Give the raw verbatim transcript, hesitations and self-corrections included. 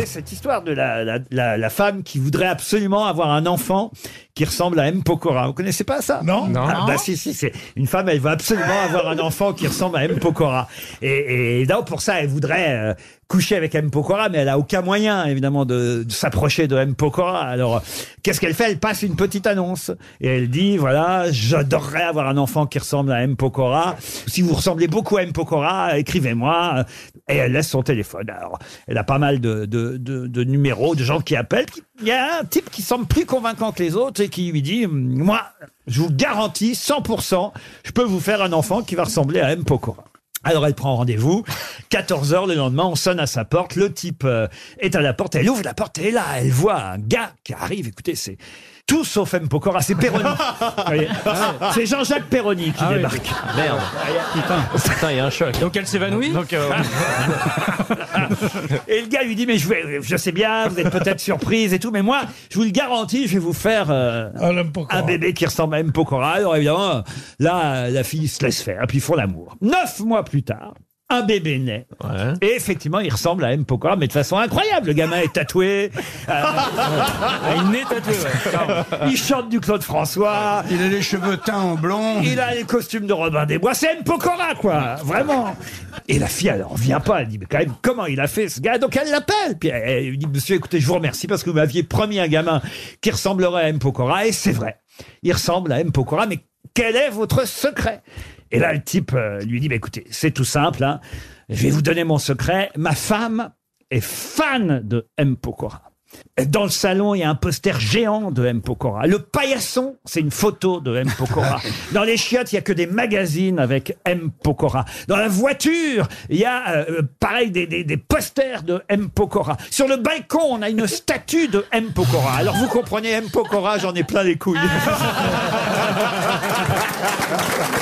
cette histoire de la, la, la, la femme qui voudrait absolument avoir un enfant qui ressemble à M. Pokora. Vous connaissez pas ça? Non. Non. Ah, bah si, si, c'est une femme, elle veut absolument avoir un enfant qui ressemble à M. Pokora. Et, et donc, pour ça, elle voudrait euh, coucher avec M. Pokora, mais elle a aucun moyen, évidemment, de, de s'approcher de M. Pokora. Alors, qu'est-ce qu'elle fait? Elle passe une petite annonce. Et elle dit, voilà, j'adorerais avoir un enfant qui ressemble à M. Pokora. Si vous ressemblez beaucoup à M. Pokora, écrivez-moi. Et elle laisse son téléphone. Alors, elle a pas mal de, de, de, de numéros, de gens qui appellent. Il y a un type qui semble plus convaincant que les autres et qui lui dit, moi, je vous garantis cent pour cent, je peux vous faire un enfant qui va ressembler à M. Pokora. Alors elle prend rendez-vous, quatorze heures le lendemain, on sonne à sa porte, le type euh, est à la porte, elle ouvre la porte et là, elle voit un gars qui arrive, écoutez, c'est tout sauf M. Pokora, c'est Perroni. Vous voyez, c'est Jean-Jacques Perroni qui Ah oui. débarque. Merde. Putain. Putain, il y a un choc. Donc elle s'évanouit. Donc, euh, Et le gars lui dit, mais je, vais, je sais bien, vous êtes peut-être surprise et tout, mais moi, je vous le garantis, je vais vous faire euh, Ah, l'M. Pokora. un bébé qui ressemble à M. Pokora. Alors évidemment, là, la fille se laisse faire, puis ils font l'amour. Neuf mois plus tard, un bébé naît. ouais. Et effectivement, il ressemble à M. Pokora, mais de façon incroyable. Le gamin est tatoué, euh, Ah, il nez tatoué. Ouais. Carrément. il chante du Claude François, Il a les cheveux teints en blond. il a les costumes de Robin des Bois. C'est M. Pokora, quoi. Vraiment. Et la fille, elle en vient pas. Elle dit, mais quand même, comment il a fait, ce gars? Donc elle l'appelle. Puis elle, elle lui dit, monsieur, écoutez, je vous remercie parce que vous m'aviez promis un gamin qui ressemblerait à M. Pokora. Et c'est vrai. Il ressemble à M. Pokora, mais quel est votre secret? Et là, le type euh, lui dit, bah, écoutez, c'est tout simple, hein. Je vais vous donner mon secret. Ma femme est fan de M. Pokora. Dans le salon, il y a un poster géant de M. Pokora. Le paillasson, c'est une photo de M. Pokora. Dans les chiottes, il y a que des magazines avec M. Pokora. Dans la voiture, il y a, euh, pareil, des, des, des posters de M. Pokora. Sur le balcon, on a une statue de M. Pokora. Alors vous comprenez, M. Pokora, j'en ai plein les couilles.